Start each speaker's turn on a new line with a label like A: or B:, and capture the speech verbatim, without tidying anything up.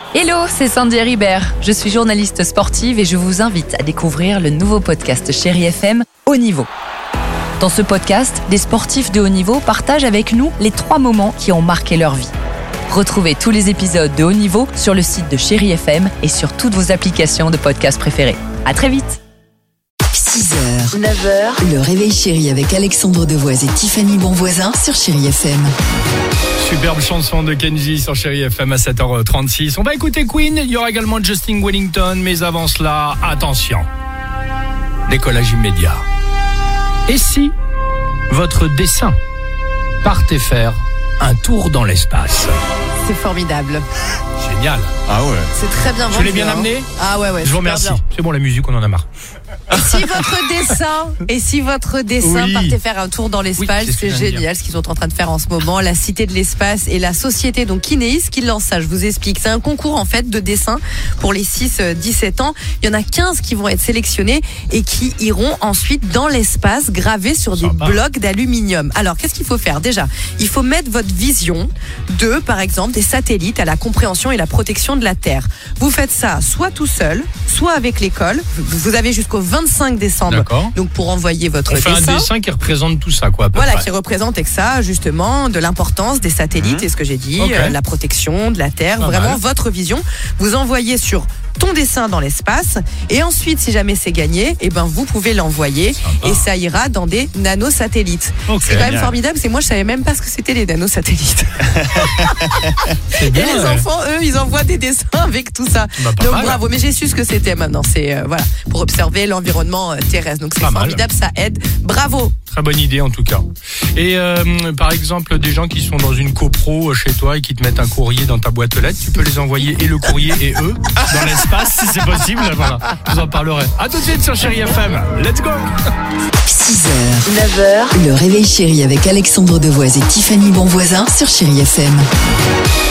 A: Hello, c'est Sandy Ribert. Je suis journaliste sportive et je vous invite à découvrir le nouveau podcast Chérie F M, Haut Niveau. Dans ce podcast, des sportifs de haut niveau partagent avec nous les trois moments qui ont marqué leur vie. Retrouvez tous les épisodes de Haut Niveau sur le site de Chérie F M et sur toutes vos applications de podcast préférées. À très vite.
B: six heures, neuf heures, le réveil chéri avec Alexandre Devoise et Tiffany Bonvoisin sur Chérie F M.
C: Superbe chanson de Kenji sur Chérie F M à sept heures trente-six. On va écouter Queen, il y aura également Justin Wellington, mais avant cela, attention, décollage immédiat. Et si votre dessin partait faire un tour dans l'espace?
D: C'est formidable.
C: Génial.
E: Ah ouais.
D: C'est très bien vendu.
C: Je l'ai bien
D: hein.
C: amené.
D: Ah ouais, ouais.
C: Je vous remercie. Bien. C'est bon, la musique, on en a marre.
D: Et si votre dessin, et si votre dessin
C: Oui.
D: partait faire un tour dans l'espace,
C: Oui, c'est ce que
D: c'est
C: je viens de
D: génial ce qu'ils sont en train de faire en ce moment. La Cité de l'espace et la société donc Kinéis qui lance ça. Je vous explique. C'est un concours en fait de dessin pour les six dix-sept ans. Il y en a quinze qui vont être sélectionnés et qui iront ensuite dans l'espace gravés sur des
C: Sympa.
D: blocs d'aluminium. Alors qu'est-ce qu'il faut faire? Déjà, il faut mettre votre vision de, par exemple, des satellites à la compréhension et la protection de la Terre. Vous faites ça soit tout seul, soit avec l'école. Vous avez jusqu'au vingt-cinq décembre.
C: D'accord.
D: Donc pour envoyer votre
C: On fait
D: dessin.
C: un dessin qui représente tout ça, quoi. À peu
D: Voilà,
C: près.
D: qui représente avec ça, justement, de l'importance des satellites,
C: Mmh.
D: et ce que j'ai dit,
C: Ok.
D: euh, la protection de la Terre,
C: Pas
D: vraiment
C: mal.
D: votre vision. Vous envoyez sur ton dessin dans l'espace, et ensuite, si jamais c'est gagné, eh ben vous pouvez l'envoyer,
C: Sympa.
D: et ça ira dans des nanosatellites.
C: Ok.
D: C'est quand même
E: Génial.
D: formidable, c'est moi je savais même pas ce que c'était les nanosatellites.
C: C'est
D: Et
C: bien,
D: les
C: ouais.
D: enfants, eux, ils envoient des dessins avec tout ça.
C: Bah, pas
D: Donc
C: mal.
D: bravo, mais j'ai su ce que c'était maintenant. C'est euh, voilà, pour observer l'environnement euh, terrestre. Donc c'est
C: Pas mal.
D: formidable, ça aide. Bravo.
C: Très bonne idée en tout cas. Et euh, par exemple, des gens qui sont dans une copro chez toi et qui te mettent un courrier dans ta boîte aux lettres, tu peux les envoyer et le courrier et eux dans l'espace si c'est possible. Voilà, je vous en parlerai. À tout de suite sur Chérie F M. Let's go.
B: six heures, neuf heures, le réveil chéri avec Alexandre Devoise et Tiffany Bonvoisin sur Chérie F M.